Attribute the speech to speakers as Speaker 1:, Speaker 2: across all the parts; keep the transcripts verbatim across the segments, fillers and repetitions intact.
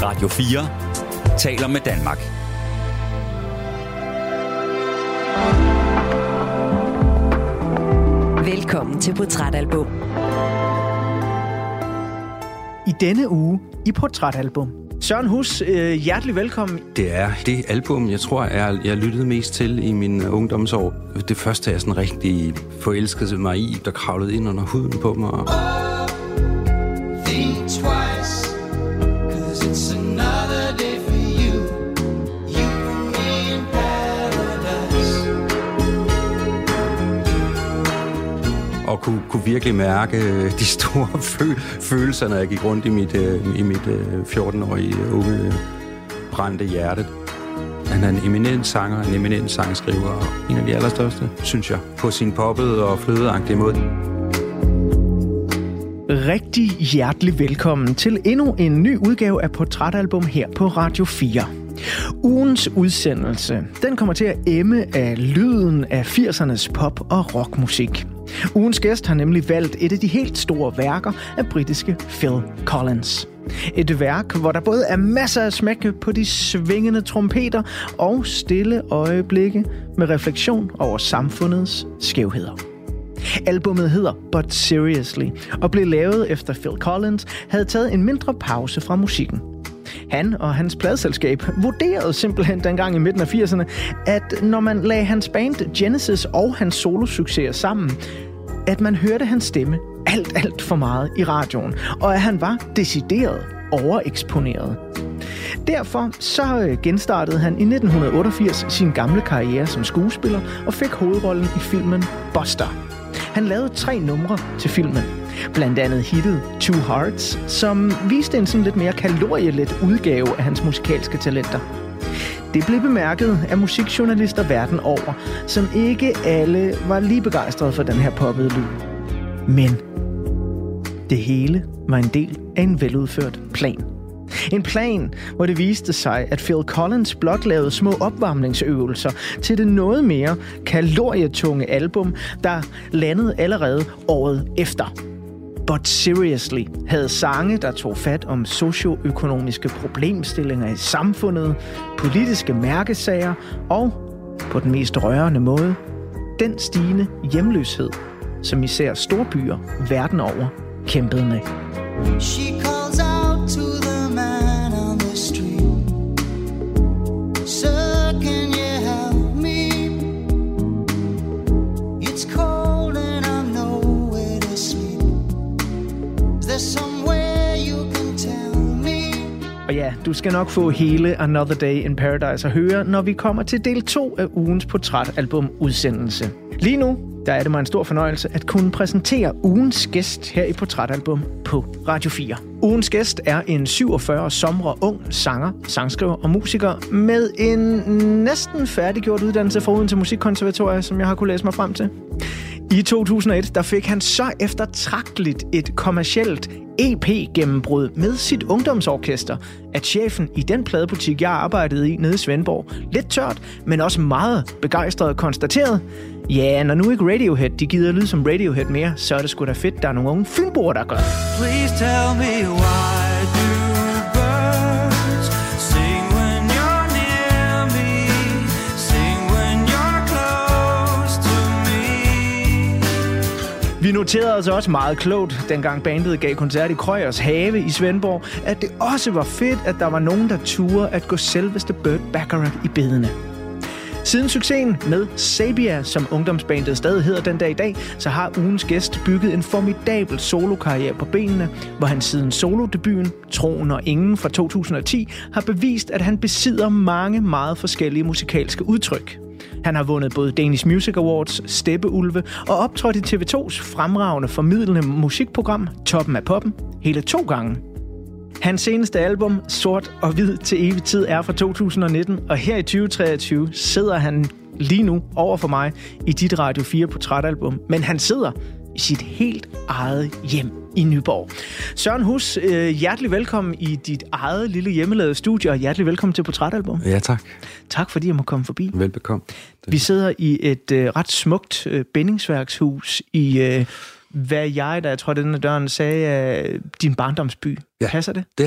Speaker 1: Radio fire taler med Danmark.
Speaker 2: Velkommen til Portrætalbum.
Speaker 3: I denne uge i Portrætalbum. Søren Hus, øh, hjertelig velkommen.
Speaker 4: Det er det album, jeg tror, jeg, jeg lyttede mest til i mine ungdomsår. Det første, jeg sådan rigtig forelskede mig i, der kravlede ind under huden på mig. Og kunne, kunne virkelig mærke de store fø- følelser, når jeg gik rundt i mit, i mit fjorten-årige unge brændte hjerte. Han er en eminent sanger, en eminent sangskriver, og en af de allerstørste, synes jeg, på sin poppede og flødeagtige måde.
Speaker 3: Rigtig hjertelig velkommen til endnu en ny udgave af Portrætalbum her på Radio fire. Ugens udsendelse, den kommer til at emme af lyden af firsernes pop- og rockmusik. Ugens gæst har nemlig valgt et af de helt store værker af britiske Phil Collins. Et værk, hvor der både er masser af smæk på de svingende trompeter og stille øjeblikke med refleksion over samfundets skævheder. Albummet hedder But Seriously og blev lavet efter Phil Collins havde taget en mindre pause fra musikken. Han og hans pladeselskab vurderede simpelthen dengang i midten af firserne, at når man lagde hans band Genesis og hans solosucceser sammen, at man hørte hans stemme alt, alt for meget i radioen, og at han var decideret overeksponeret. Derfor så genstartede han i nitten otteogfirs sin gamle karriere som skuespiller og fik hovedrollen i filmen Buster. Han lavede tre numre til filmen. Blandt andet hittet Two Hearts, som viste en sådan lidt mere kalorielet udgave af hans musikalske talenter. Det blev bemærket af musikjournalister verden over, som ikke alle var lige begejstrede for den her poppede lyd. Men det hele var en del af en veludført plan. En plan, hvor det viste sig, at Phil Collins blot lavede små opvarmningsøvelser til det noget mere kalorietunge album, der landede allerede året efter. But Seriously havde sange, der tog fat om socioøkonomiske problemstillinger i samfundet, politiske mærkesager og, på den mest rørende måde, den stigende hjemløshed, som især storbyer verden over kæmpede med.
Speaker 5: She calls out to the man on the street. Sir, can you help me? It's cold and I'm nowhere to sleep. Is there somewhere you can tell me?
Speaker 3: Og ja, du skal nok få hele Another Day in Paradise at høre, når vi kommer til del to af ugens portrætalbum udsendelse. Lige nu, der er det mig en stor fornøjelse at kunne præsentere ugens gæst her i Portrætalbum på Radio fire. Ugens gæst er en syvogfyrre somre ung sanger, sangskriver og musiker med en næsten færdiggjort uddannelse fra Odense Musikkonservatorium, som jeg har kunne læse mig frem til. I to tusind og et der fik han så eftertragteligt et kommercielt E P-gennembrud med sit ungdomsorkester, at chefen i den pladebutik, jeg arbejdede i nede i Svendborg, lidt tørt, men også meget begejstret konstateret, ja, når nu ikke Radiohead, de gider lyde som Radiohead mere, så er det sgu da fedt, der er nogle unge fynboer, der gør.
Speaker 5: Please tell me why do birds sing when you're near me, sing when you're close to me.
Speaker 3: Vi noterede altså også meget klogt, dengang bandet gav koncert i Krøyers Have i Svendborg, at det også var fedt, at der var nogen, der turde at gå selveste Burt Bacharach i bedene. Siden succesen med Sabia, som ungdomsbandet stadig hedder den dag i dag, så har ugens gæst bygget en formidabel solokarriere på benene, hvor han siden solodebuten, Troen og Ingen fra to tusind og ti, har bevist, at han besidder mange meget forskellige musikalske udtryk. Han har vundet både Danish Music Awards, Steppeulve og optrådt i T V to's fremragende formidlende musikprogram Toppen af Poppen hele to gange. Hans seneste album, Sort og Hvid til evig tid, er fra to tusind og nitten, og her i tyve treogtyve sidder han lige nu over for mig i dit Radio fire portrætalbum. Men han sidder i sit helt eget hjem i Nyborg. Søren Hus, øh, hjertelig velkommen i dit eget lille hjemmelavede studie, og hjertelig velkommen til Portrætalbum.
Speaker 4: Ja, tak.
Speaker 3: Tak fordi jeg må komme forbi.
Speaker 4: Velbekomme.
Speaker 3: Vi sidder i et øh, ret smukt øh, bindingsværkshus i, øh, hvad jeg, da jeg tror, denne døren sagde, øh, din barndomsby.
Speaker 4: Ja,
Speaker 3: passer det?
Speaker 4: Det er det.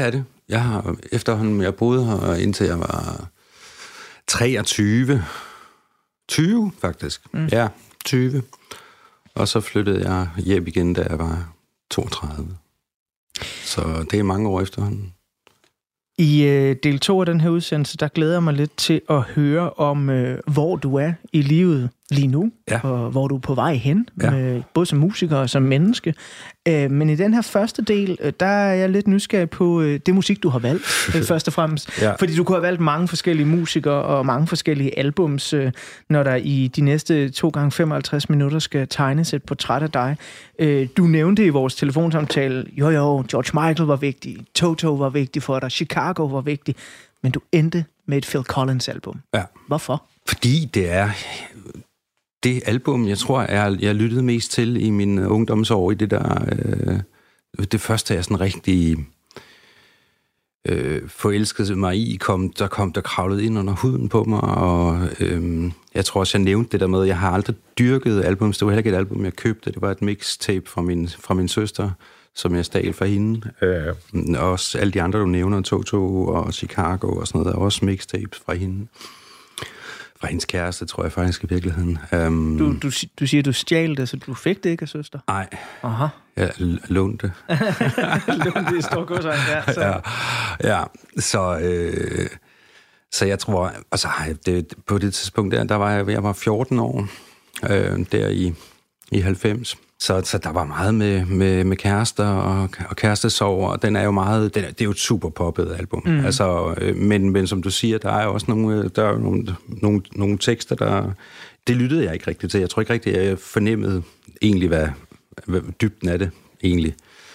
Speaker 4: Jeg har efterhånden, jeg boede her, indtil jeg var treogtyve. tyve, faktisk. Mm. Ja, tyve. Og så flyttede jeg hjem igen, da jeg var toogtredive. Så det er mange år efterhånden.
Speaker 3: I øh, del to af den her udsendelse, der glæder jeg mig lidt til at høre om, øh, hvor du er i livet lige nu,
Speaker 4: ja.
Speaker 3: og hvor du er på vej hen,
Speaker 4: ja.
Speaker 3: med, både som musiker og som menneske. Øh, men i den her første del, øh, der er jeg lidt nysgerrig på øh, det musik, du har valgt, øh, først og fremmest. Ja. Fordi du kunne have valgt mange forskellige musikere og mange forskellige albums, øh, når der i de næste to gange femoghalvtreds minutter skal tegnes et portræt af dig. Øh, du nævnte i vores telefonsamtale, jo jo, George Michael var vigtig, Toto var vigtig for dig, Chicago var vigtig, men du endte med et Phil Collins-album.
Speaker 4: Ja.
Speaker 3: Hvorfor?
Speaker 4: Fordi det er det album, jeg tror, jeg, jeg lyttede mest til i min ungdomsår, i det der, øh, det første, jeg sådan rigtig øh, forelskede mig i, kom, der kom, der kravlede ind under huden på mig, og øh, jeg tror også, jeg nævnte det der med, jeg har aldrig dyrket album, det var heller ikke et album, jeg købte, det var et mixtape fra min, fra min søster, som jeg stjal fra hende. Øh, også alle de andre, du nævner, Toto og Chicago og sådan noget, der er også mixtapes fra hende. Fra hendes kæreste, tror jeg faktisk i virkeligheden. Um,
Speaker 3: du, du, du siger, du stjal det, så du fik det ikke af søster?
Speaker 4: Nej.
Speaker 3: Aha.
Speaker 4: Jeg lånte det.
Speaker 3: Lånte det i stor godsøjne der. Så.
Speaker 4: Ja, ja. Så, øh, så jeg tror, altså, det, på det tidspunkt der, der var jeg, jeg var fjorten år, øh, der i, i halvfems. Så, så der var meget med, med, med kærester og, og kærestesorg, og den er jo meget, den er, det er jo et super poppet album. Mm. Altså, øh, men, men som du siger, der er jo også nogle, der er nogle, nogle, nogle tekster, der, det lyttede jeg ikke rigtigt til. Jeg tror ikke rigtigt, jeg fornemmede egentlig, hvad, hvad dybden af det egentlig.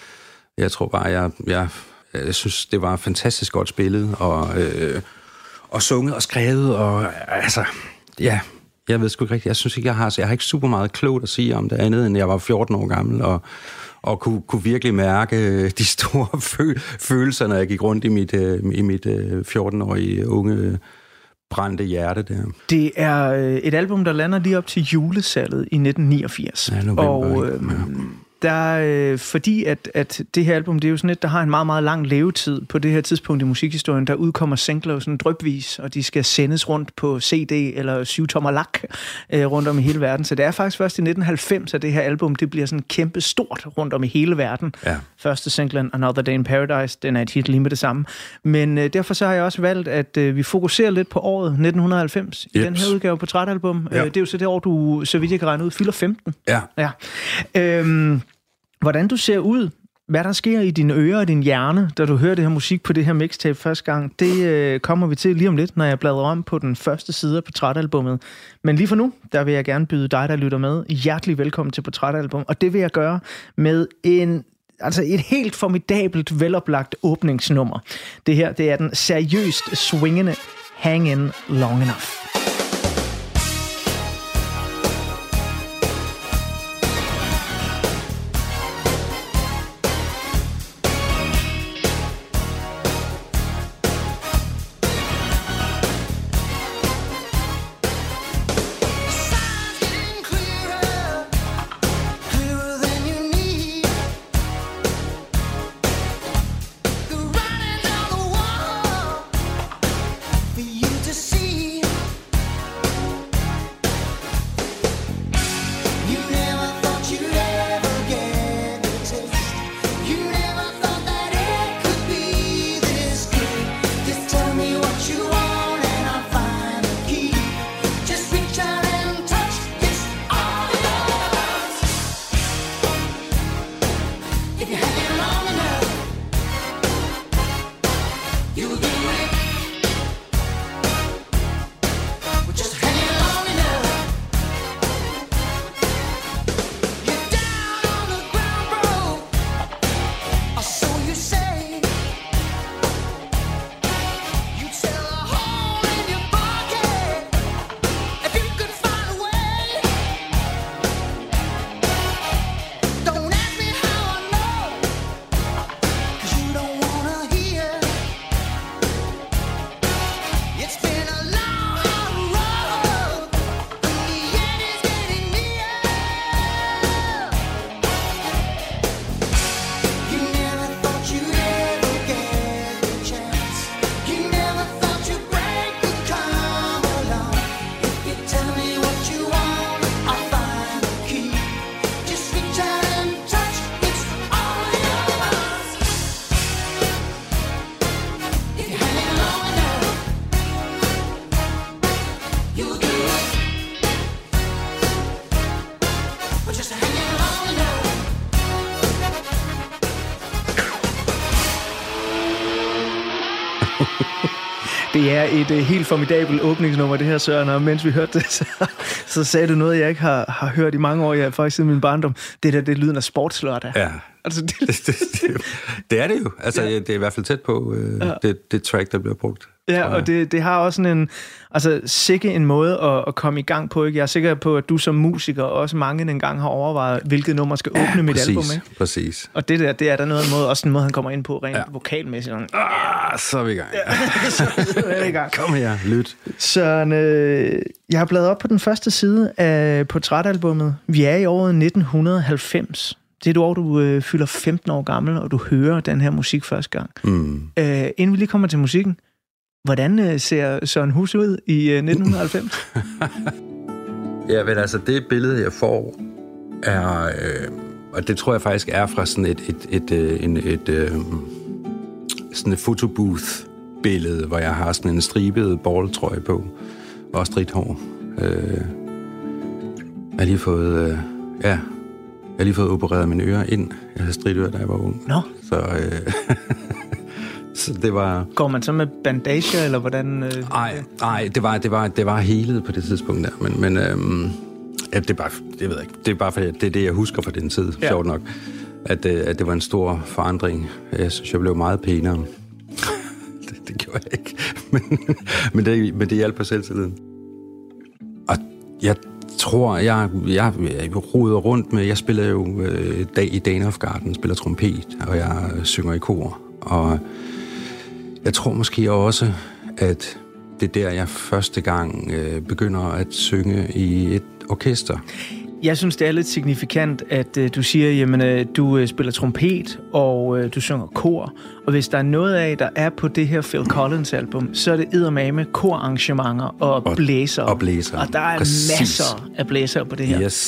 Speaker 4: Jeg tror bare, jeg, jeg, jeg synes, det var fantastisk godt spillet, og, øh, og sunget og skrevet, og altså, ja... Jeg ved sgu ikke rigtigt. Jeg synes ikke, jeg har, jeg har ikke super meget klogt at sige om det andet, end jeg var fjorten år gammel, og, og kunne, kunne virkelig mærke de store fø- følelser, når jeg gik rundt i mit, i mit fjorten-årige unge brændte hjerte der. Det
Speaker 3: er et album, der lander lige op til julesalget i nitten niogfirs.
Speaker 4: Ja, november,
Speaker 3: og øh, ja. Der, øh, fordi at, at det her album, det er jo sådan et, der har en meget, meget lang levetid på det her tidspunkt i musikhistorien. Der udkommer singler sådan drypvis, og de skal sendes rundt på C D eller syvtommer lak øh, rundt om i hele verden. Så det er faktisk først i nitten halvfems, at det her album, det bliver sådan kæmpe stort rundt om i hele verden. Ja. Første singlen, Another Day in Paradise, den er et hit lige med det samme. Men øh, derfor så har jeg også valgt, at øh, vi fokuserer lidt på året nitten halvfems i Jeps. Den her udgave på portrætalbum. Ja. Øh, det er jo så det år, du, så vidt jeg kan regne ud, fylder femten.
Speaker 4: Ja.
Speaker 3: Ja. Øhm, Hvordan du ser ud, hvad der sker i dine ører og din hjerne, da du hører det her musik på det her mixtape første gang, det øh, kommer vi til lige om lidt, når jeg bladrer om på den første side af portrætalbummet. Men lige for nu, der vil jeg gerne byde dig, der lytter med, hjertelig velkommen til portrætalbum. Og det vil jeg gøre med en, altså et helt formidabelt, veloplagt åbningsnummer. Det her, det er den seriøst swingende Hang In Long Enough.
Speaker 6: See
Speaker 3: Det er et uh, helt formidabelt åbningsnummer, det her, Søren, og mens vi hørte det, så, så sagde du noget, jeg ikke har, har hørt i mange år, jeg faktisk siden min barndom. Det der, det er lyden af sportslørdag.
Speaker 4: Ja,
Speaker 3: altså, det...
Speaker 4: Det, det, det, det er det jo. Altså, ja. Det er i hvert fald tæt på uh, ja. det, det track, der bliver brugt.
Speaker 3: Ja, og det, det har også sådan en, altså sikke en måde at, at komme i gang på, ikke? Jeg er sikker på, at du som musiker også mange en gang har overvejet, hvilket nummer skal åbne ja, mit
Speaker 4: præcis,
Speaker 3: album, ikke?
Speaker 4: Præcis.
Speaker 3: Og det der, det er der noget måde, også en måde, han kommer ind på rent ja. vokalmæssigt.
Speaker 4: Ah, så er vi i gang.
Speaker 3: Ja, så er vi i gang.
Speaker 4: Kom her, lyt.
Speaker 3: Søren, øh, jeg har bladet op på den første side af portrætalbummet. Vi er i året nitten halvfems. Det er et år, du øh, fylder femten år gammel, og du hører den her musik første gang. Mm. Øh, inden vi lige kommer til musikken, hvordan øh, ser Søren Hus ud i øh, nitten halvfems?
Speaker 4: Ja, men altså, det billede, jeg får, er... Øh, og det tror jeg faktisk er fra sådan et... et, et, et, en, et øh, sådan et photobooth-billede, hvor jeg har sådan en stribet balltrøje på, og stridt hår. Øh, jeg har lige fået... Øh, ja... Jeg har lige fået opereret mine ører ind. Jeg havde stridtører, da jeg var ung.
Speaker 3: Nå.
Speaker 4: Så... Øh, Så det var...
Speaker 3: Går man så med bandager, eller hvordan?
Speaker 4: Nej, øh... nej, det var det var det var helet på det tidspunkt der, men men øhm, ja, det er bare det ved jeg ikke. Det er bare fordi det er det jeg husker fra den tid, ja. Sjovt nok, at at det var en stor forandring. Jeg synes jeg blev meget pænere. det, det gjorde jeg ikke. Men men det men det hjalp på selvtilliden. Og jeg tror jeg jeg, jeg roder rundt med jeg spiller jo øh, i Dane of Garden, spiller trompet, og jeg synger i kor, og jeg tror måske også, at det er der, jeg første gang øh, begynder at synge i et orkester.
Speaker 3: Jeg synes, det er lidt signifikant, at øh, du siger, jamen, øh, du øh, spiller trompet, og øh, du synger kor. Og hvis der er noget af, der er på det her Phil Collins-album, så er det eddermame korarrangementer og, og blæser.
Speaker 4: Og blæser.
Speaker 3: Og der er Præcis. masser af blæser på det her.
Speaker 4: Yes.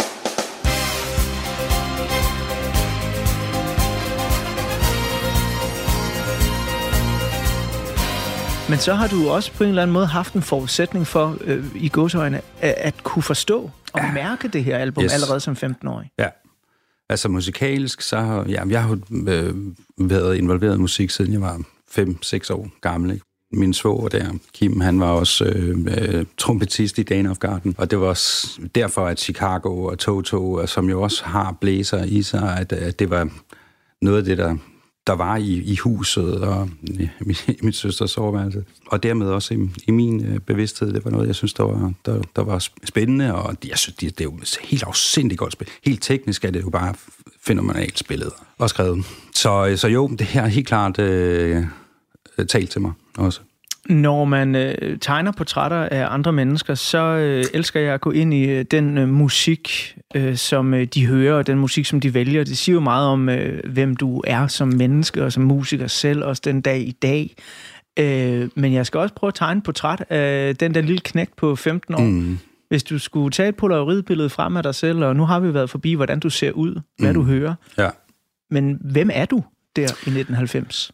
Speaker 3: Men så har du også på en eller anden måde haft en forudsætning for, øh, i gåseøjne, at, at kunne forstå og ja. mærke det her album yes. allerede som femten-årig.
Speaker 4: Ja, altså musikalsk, så har ja, jeg har øh, været involveret i musik, siden jeg var fem seks år gammel. Ikke? Min svoger der, Kim, han var også øh, øh, trompetist i Dane of Garden, og det var også derfor, at Chicago og Toto, som jo også har blæser i sig, at, at det var noget af det, der... der var i, i huset og i, i mit søsters soveværelse. Og dermed også i, i min øh, bevidsthed, det var noget, jeg synes, der var, der, der var spændende, og jeg synes, det, det er jo helt afsindigt godt spil. Helt teknisk er det jo bare fænomenalt spillet og skrevet. Så, så jo, det her er helt klart øh, talt til mig også.
Speaker 3: Når man øh, tegner portrætter af andre mennesker, så øh, elsker jeg at gå ind i øh, den øh, musik, øh, som øh, de hører, og den musik, som de vælger. Det siger jo meget om, øh, hvem du er som menneske og som musiker selv, også den dag i dag. Øh, men jeg skal også prøve at tegne et portræt af den der lille knægt på femten år. Mm. Hvis du skulle tage et polaroidbillede frem af dig selv, og nu har vi været forbi, hvordan du ser ud, hvad mm. du hører.
Speaker 4: Ja.
Speaker 3: Men hvem er du der i nitten halvfems?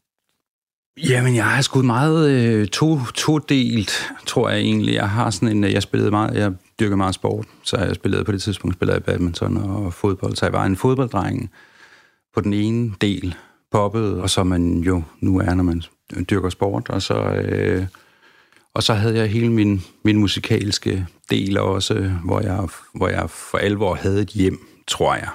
Speaker 4: Jamen, jeg har sgu meget øh, to, to-delt, tror jeg egentlig. Jeg har sådan en, jeg spillede meget, jeg dyrker meget sport, så jeg spillede på det tidspunkt, spillede jeg badminton og fodbold, så jeg var en fodbolddreng på den ene del, poppet, og så man jo nu er, når man dyrker sport, og så, øh, og så havde jeg hele min, min musikalske del også, hvor jeg, hvor jeg for alvor havde et hjem, tror jeg.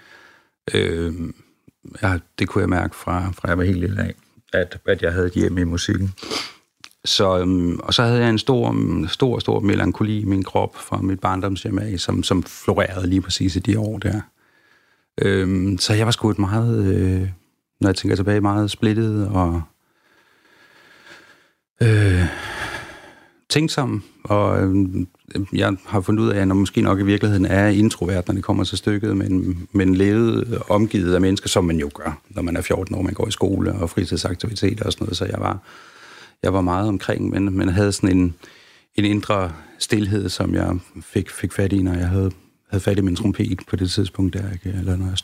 Speaker 4: Øh, jeg det kunne jeg mærke fra, fra jeg var helt lille af. At, at jeg havde et hjem i musikken. Så, øhm, og så havde jeg en stor, stor, stor melankoli i min krop fra mit barndomshjem af, som, som florerede lige præcis i de år der. Øhm, så jeg var sgu et meget, øh, når jeg tænker tilbage, meget splittet og øh, tænksom. Og øh, jeg har fundet ud af, at jeg måske nok i virkeligheden er introvert, når det kommer til stykket, men, men levet omgivet af mennesker, som man jo gør, når man er fjorten år, man går i skole og fritidsaktiviteter og sådan noget. Så jeg var, jeg var meget omkring, men, men havde sådan en, en indre stilhed, som jeg fik, fik fat i, når jeg havde, havde fat i min trompet på det tidspunkt der, ikke? Eller når jeg stod og, og sang.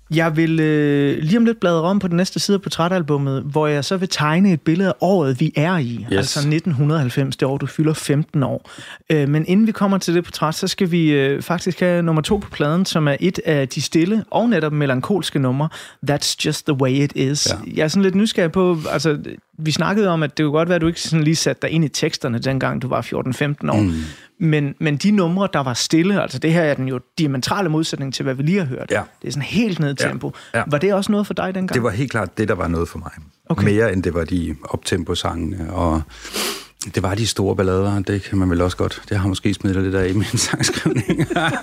Speaker 3: Jeg vil øh, lige om lidt bladre om på den næste side af portrætalbummet, hvor jeg så vil tegne et billede af året, vi er i. Yes. Altså nitten halvfems, det år, du fylder femten år. Øh, men inden vi kommer til det portræt, så skal vi øh, faktisk have nummer to på pladen, som er et af de stille og netop melankolske numre. That's Just the Way It Is. Ja. Jeg er sådan lidt nysgerrig på, altså vi snakkede om, at det kunne godt være, at du ikke sådan lige satte dig ind i teksterne, dengang du var fjorten femten år. Mm. Men, men de numre, der var stille, altså det her er den jo diametrale modsætning til, hvad vi lige har hørt. Ja. Det er sådan helt ned tempo. Ja. Ja. Var det også noget for dig dengang?
Speaker 4: Det var helt klart det, der var noget for mig. Okay. Mere end det var de optempo-sangene, og det var de store ballader, det kan man vel også godt. Det har måske smidt lidt af i min sangskrivning.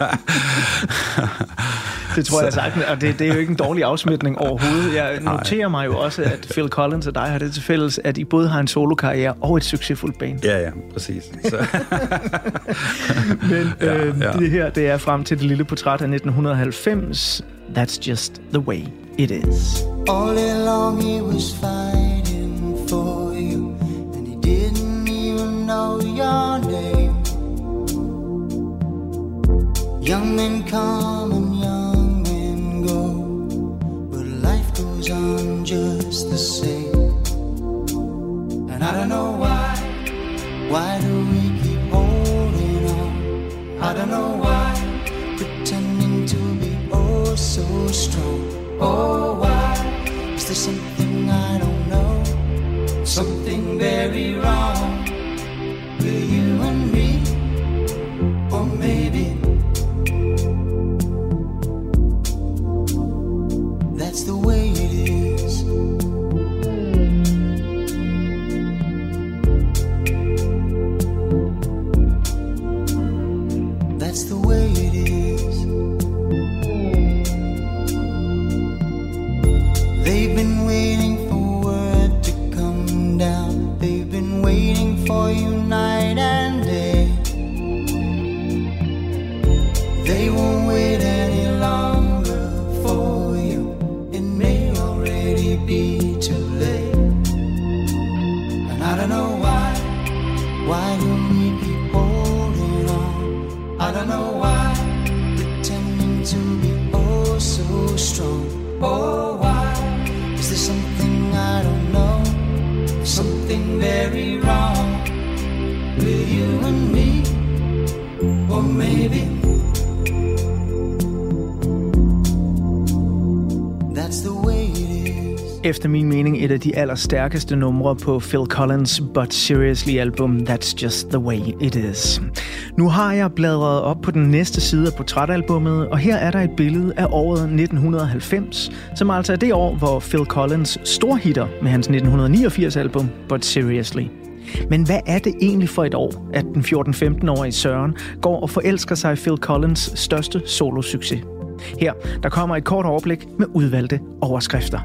Speaker 3: Det tror så. Jeg sagt, og det, det er jo ikke en dårlig afsmitning overhovedet. Jeg noterer Nej. mig jo også, at Phil Collins og dig har det til fælles, at I både har en solokarriere og et succesfuldt band.
Speaker 4: Ja, ja, præcis. Så.
Speaker 3: Men ja, øh, ja. det her, det er frem til det lille portræt af nitten halvfems. That's just the way it is.
Speaker 6: All along he was fighting for you, and he didn't even know your name. Young men come and young men go, but life goes on just the same. And I don't know why, why do we keep holding on? I don't know why, pretending to be oh so strong. Oh, why is there something I don't know? Something very wrong with you and me, or maybe that's the way it is. That's the way it is. They've been waiting for word to come down. They've been waiting for you night and day. They won't wait any longer for you. It may already be too late. And I don't know why, why do we keep holding on? I don't know why, pretending to be oh so strong. Oh, why is there something I don't know? Something very wrong with you and me, or maybe that's the way it is.
Speaker 3: Efter min mening et af de allerstærkeste numre på Phil Collins' But Seriously album, That's Just the Way It Is. Nu har jeg bladret op på den næste side af portrætalbummet, og her er der et billede af året nitten halvfems, som altså er det år, hvor Phil Collins storhitter med hans nitten niogfirs album, But Seriously. Men hvad er det egentlig for et år, at den fjorten-femten-årige Søren går og forelsker sig i Phil Collins' største solosucces? Her der kommer et kort overblik med udvalgte overskrifter.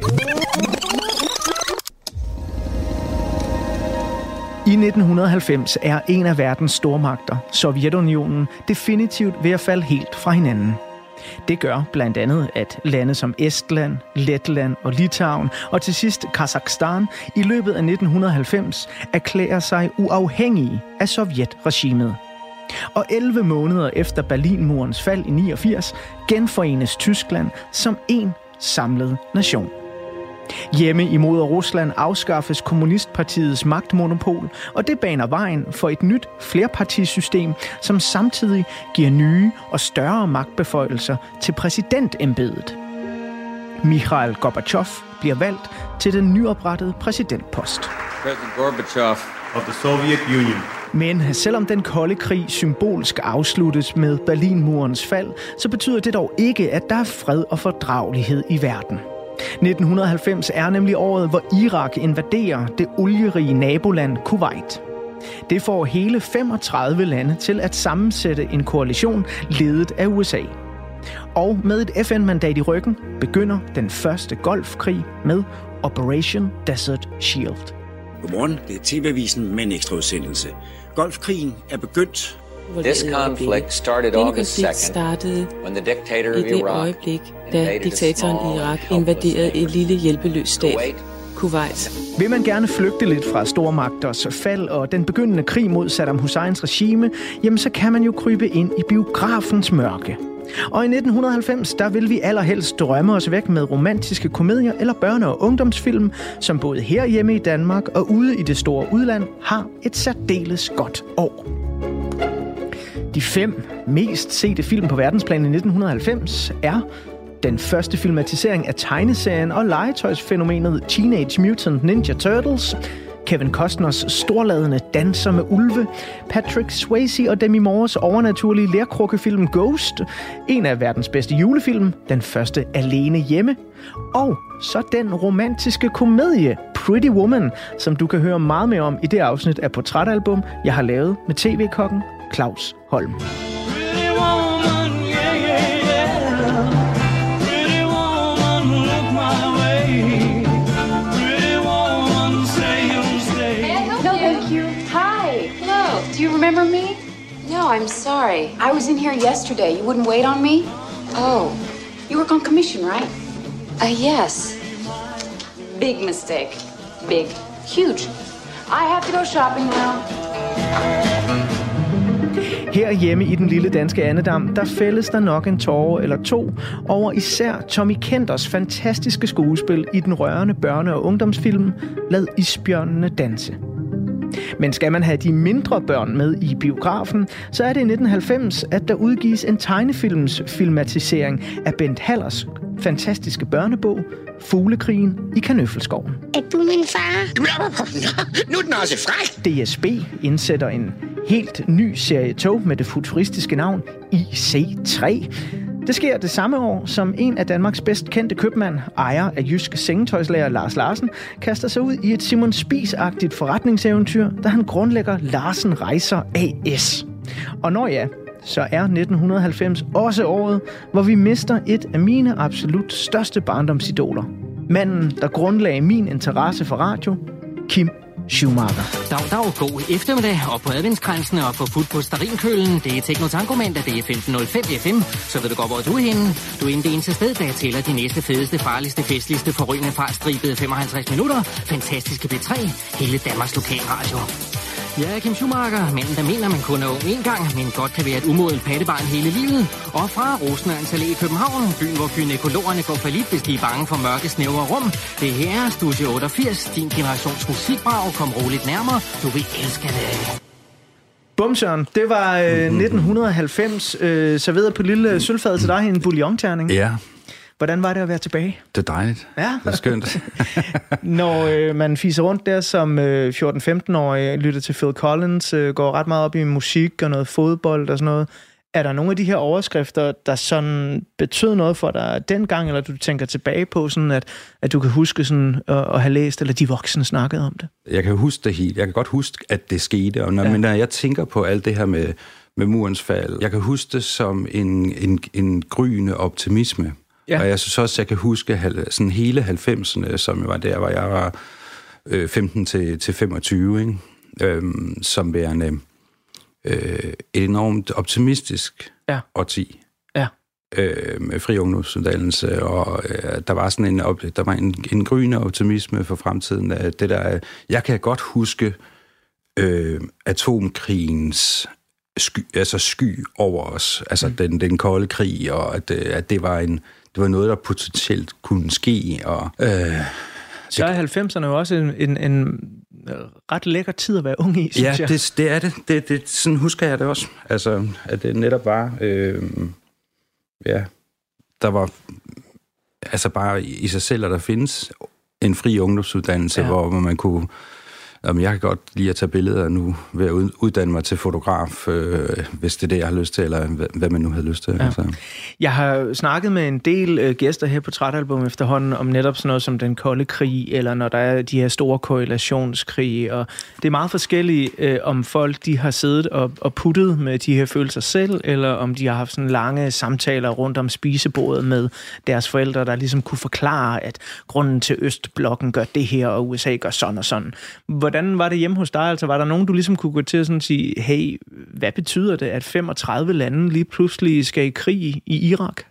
Speaker 3: I nitten halvfems er en af verdens stormagter, Sovjetunionen, definitivt ved at falde helt fra hinanden. Det gør blandt andet, at lande som Estland, Letland og Litauen og til sidst Kazakhstan i løbet af nitten halvfems erklærer sig uafhængige af Sovjetregimet. Og elleve måneder efter Berlinmurens fald i niogfirs genforenes Tyskland som en samlet nation. Hjemme imod Rusland afskaffes kommunistpartiets magtmonopol, og det baner vejen for et nyt flerpartisystem, som samtidig giver nye og større magtbeføjelser til præsidentembedet. Mikhail Gorbachev bliver valgt til den nyoprettede præsidentpost.
Speaker 7: President Gorbachev
Speaker 8: of the Soviet Union.
Speaker 3: Men selvom den kolde krig symbolsk afsluttes med Berlinmurens fald, så betyder det dog ikke, at der er fred og fordragelighed i verden. nitten halvfems er nemlig året, hvor Irak invaderer det olierige naboland Kuwait. Det får hele femogtredive lande til at sammensætte en koalition ledet af U S A. Og med et F N-mandat i ryggen begynder den første golfkrig med Operation Desert Shield.
Speaker 9: Godmorgen, det er T V-avisen med en ekstra udsendelse. Golfkrigen er begyndt.
Speaker 7: This conflict started August second, when the dictator of
Speaker 10: i det
Speaker 7: Iraq
Speaker 10: øjeblik, da diktatoren i Irak invaderede en lille hjælpeløs stat, Kuwait.
Speaker 3: Vil man gerne flygte lidt fra stormagters fald og den begyndende krig mod Saddam Husseins regime, jamen så kan man jo krybe ind i biografens mørke. Og i nitten halvfems, der vil vi allerhelst drømme os væk med romantiske komedier eller børne- og ungdomsfilm, som både herhjemme i Danmark og ude i det store udland har et særdeles godt år. De fem mest sete film på verdensplan i nitten halvfems er den første filmatisering af tegneserien og legetøjsfænomenet Teenage Mutant Ninja Turtles, Kevin Costners storladende Danser med ulve, Patrick Swayze og Demi Moores overnaturlige lerkrukkefilm Ghost, en af verdens bedste julefilm, den første Alene hjemme, og så den romantiske komedie Pretty Woman, som du kan høre meget mere om i det afsnit af Portrætalbum, jeg har lavet med tv-kokken Claus Holm.
Speaker 8: Do you remember me? No, I'm sorry. I was in here yesterday. You wouldn't wait on me? Oh. You work on commission, right? Uh, yes. Big mistake. Big. Huge. I have to go shopping now.
Speaker 3: Herhjemme i den lille danske andedam, der fældes der nok en tåre eller to over især Tommy Kenders fantastiske skuespil i den rørende børne- og ungdomsfilm Lad isbjørnene danse. Men skal man have de mindre børn med i biografen, så er det i nitten halvfems, at der udgives en tegnefilms filmatisering af Bent Hallers fantastiske børnebog Fuglekrigen i Kanøffelskoven.
Speaker 11: Er du min far? Nu er den også fræk!
Speaker 3: D S B indsætter en helt ny serie tog med det futuristiske navn I C tre. Det sker det samme år, som en af Danmarks bedst kendte købmand, ejer af Jysk Sengetøjslager Lars Larsen, kaster sig ud i et Simon Spies-agtigt forretningseventyr, da han grundlægger Larsen Rejser A S. Og når ja, så er nitten halvfems også året, hvor vi mister et af mine absolut største barndomsidoler. Manden, der grundlagde min interesse for radio, Kim Schumacher.
Speaker 12: Dag, dag, god eftermiddag, op på adventskransen og få fuld på starinkølen. Det er Teknotankomandag, det er femten nul fem F M, så ved du godt, hvor du er henne. Du er inde det eneste sted, der tæller de næste fedeste, farligste, festligste, forrygende fartstribede femoghalvtreds minutter. Fantastiske B tre, hele Danmarks lokalradio. Jeg er Kim Schumacher, manden der mener, man kun er ung en gang, men godt kan være et umodent pattebarn hele livet. Og fra Rosenørns Allé i København, byen hvor gynekologerne går fallit, hvis de er bange for mørke, snævre rum. Det her er Studie otteogfirs, din generations musikbrag, kom roligt nærmere, du vil elske det.
Speaker 3: Bum, Søren. Det var øh, nitten halvfems, øh, serveret på lille sølvfad til dig, en bouillonterning.
Speaker 4: Ja.
Speaker 3: Hvordan var det at være tilbage?
Speaker 4: Det er dejligt.
Speaker 3: Ja.
Speaker 4: Det er skønt.
Speaker 3: Når øh, man fiser rundt der som øh, fjorten-femten-årig, lytter til Phil Collins, øh, går ret meget op i musik og noget fodbold og sådan noget. Er der nogle af de her overskrifter, der sådan betød noget for dig dengang, eller du tænker tilbage på, sådan at, at du kan huske sådan, at, at have læst, eller de voksne snakkede om det?
Speaker 4: Jeg kan huske det helt. Jeg kan godt huske, at det skete. Og når, ja. Men når jeg tænker på alt det her med, med murens fald, jeg kan huske det som en, en, en gryende optimisme. Ja. Og jeg synes også, at jeg kan huske sådan hele halvfemserne, som var der, hvor jeg var øh, femten til femogtyve, ikke? Øhm, som værende øh, et enormt optimistisk ja. årti.
Speaker 3: Ja.
Speaker 4: Øh, med fri ungdomsuddannelse, og øh, der var sådan en, op, der var en, en gryende optimisme for fremtiden. Af det der, jeg kan godt huske øh, atomkrigens sky, altså sky over os, altså mm. den, den kolde krig, og at, at det var en det var noget, der potentielt kunne ske. Og, øh,
Speaker 3: så er halvfemserne jo også en, en, en ret lækker tid at være ung i, synes
Speaker 4: ja,
Speaker 3: jeg.
Speaker 4: Det, det er det. det, det. Sådan husker jeg det også. Altså, at det netop var... Øh, ja, der var... Altså bare i sig selv, at der findes en fri ungdomsuddannelse, ja. Hvor man kunne... Jamen, jeg kan godt lide at tage billeder nu ved at uddanne mig til fotograf, øh, hvis det er det, jeg har lyst til, eller hvad, hvad man nu havde lyst til. Ja. Altså.
Speaker 3: Jeg har snakket med en del øh, gæster her på Portrætalbum efterhånden om netop sådan noget som den kolde krig, eller når der er de her store korrelationskrige, og det er meget forskelligt, øh, om folk de har siddet og, og puttet med de her følelser selv, eller om de har haft sådan lange samtaler rundt om spisebordet med deres forældre, der ligesom kunne forklare, at grunden til Østblokken gør det her, og U S A gør sådan og sådan. Hvordan var det hjemme hos dig? Altså, var der nogen, du ligesom kunne gå til at sådan sige, hey, hvad betyder det, at femogtredive lande lige pludselig skal i krig i Irak?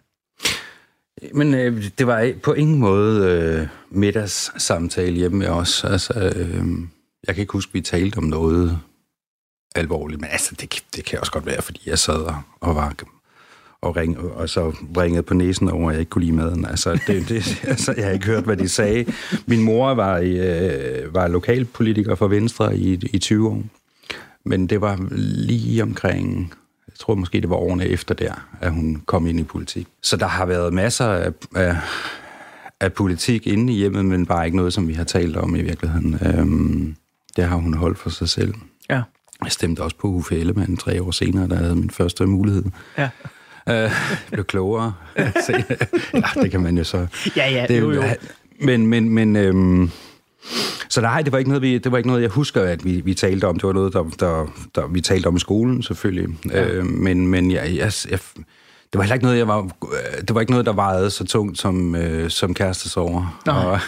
Speaker 4: Men øh, det var på ingen måde øh, middagssamtale hjemme med os. Altså, øh, jeg kan ikke huske, at vi talte om noget alvorligt, men altså, det, det kan også godt være, fordi jeg sad og var, og, ring, og så ringede på næsen over, at jeg ikke kunne lide maden. Altså, det, det, altså, jeg har ikke hørt, hvad de sagde. Min mor var, øh, var lokalpolitiker for Venstre i, i tyve år. Men det var lige omkring, jeg tror måske, det var årene efter der, at hun kom ind i politik. Så der har været masser af, af, af politik inde i hjemmet, men bare ikke noget, som vi har talt om i virkeligheden. Øhm, det har hun holdt for sig selv.
Speaker 3: Ja.
Speaker 4: Jeg stemte også på Uffe Ellemann tre år senere, da jeg havde min første mulighed.
Speaker 3: Ja.
Speaker 4: Øh, blev klogere. Ja, det kan man jo så.
Speaker 3: Ja, ja,
Speaker 4: det,
Speaker 3: jo, jo.
Speaker 4: Men, men, men øhm, så nej, det var ikke noget, vi, det var ikke noget, jeg husker, at vi, vi talte om. Det var noget, der, der, der vi talte om i skolen, selvfølgelig. Ja. Øh, men men jeg, jeg, jeg, det var heller ikke noget, jeg var, det var ikke noget, der vejede så tungt som, øh, som kærestesorger. Og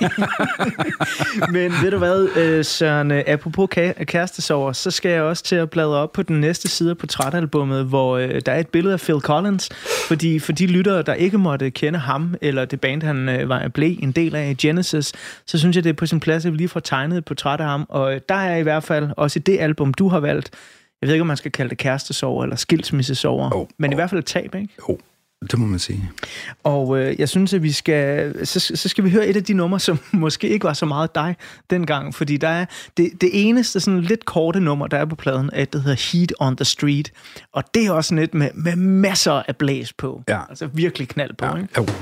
Speaker 3: men ved du hvad, Søren, apropos kærestesorger, så skal jeg også til at bladre op på den næste side af portrætalbummet, hvor øh, der er et billede af Phil Collins, fordi for de lyttere, der ikke måtte kende ham, eller det band, han øh, var blev en del af, Genesis, så synes jeg, det er på sin plads, at vi lige får tegnet et portræt af ham, og der er i hvert fald også i det album, du har valgt, jeg ved ikke, om man skal kalde det kærestesorger eller skilsmissesorger, oh, men oh. i hvert fald et tab, ikke?
Speaker 4: Jo, oh, det må man sige.
Speaker 3: Og øh, jeg synes, at vi skal, så, så skal vi høre et af de numre, som måske ikke var så meget dig dengang, fordi der er det, det eneste sådan lidt korte nummer, der er på pladen, er, det hedder Heat on the Street, og det er også sådan et med, med masser af blæs på.
Speaker 4: Ja.
Speaker 3: Altså virkelig knald på,
Speaker 4: ja.
Speaker 3: Ikke?
Speaker 4: Jo.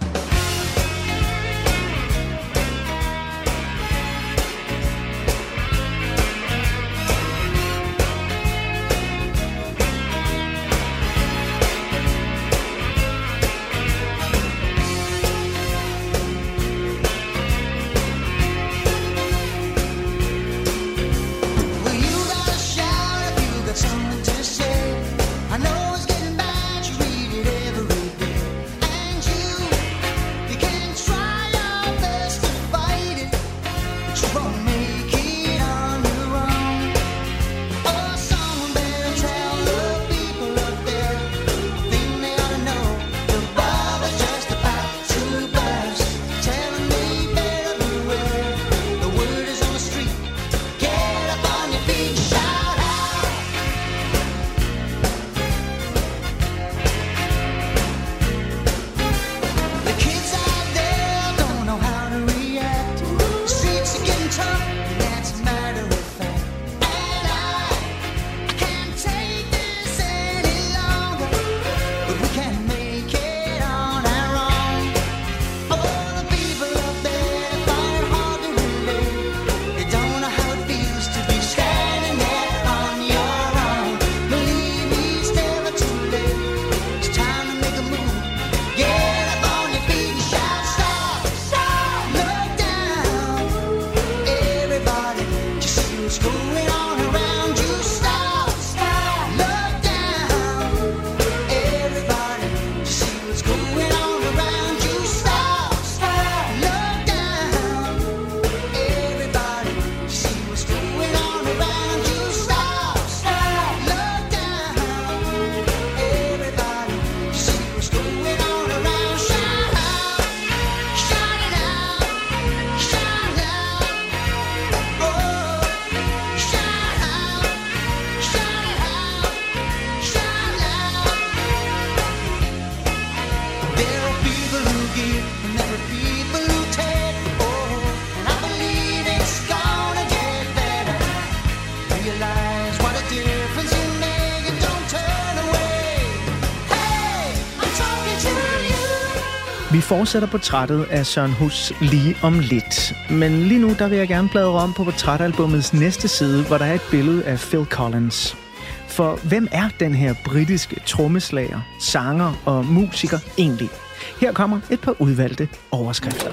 Speaker 3: Vi fortsætter portrættet af Søren Hus lige om lidt. Men lige nu, der vil jeg gerne bladre om på portrætalbummets næste side, hvor der er et billede af Phil Collins. For hvem er den her britiske trommeslager, sanger og musiker egentlig? Her kommer et par udvalgte overskrifter.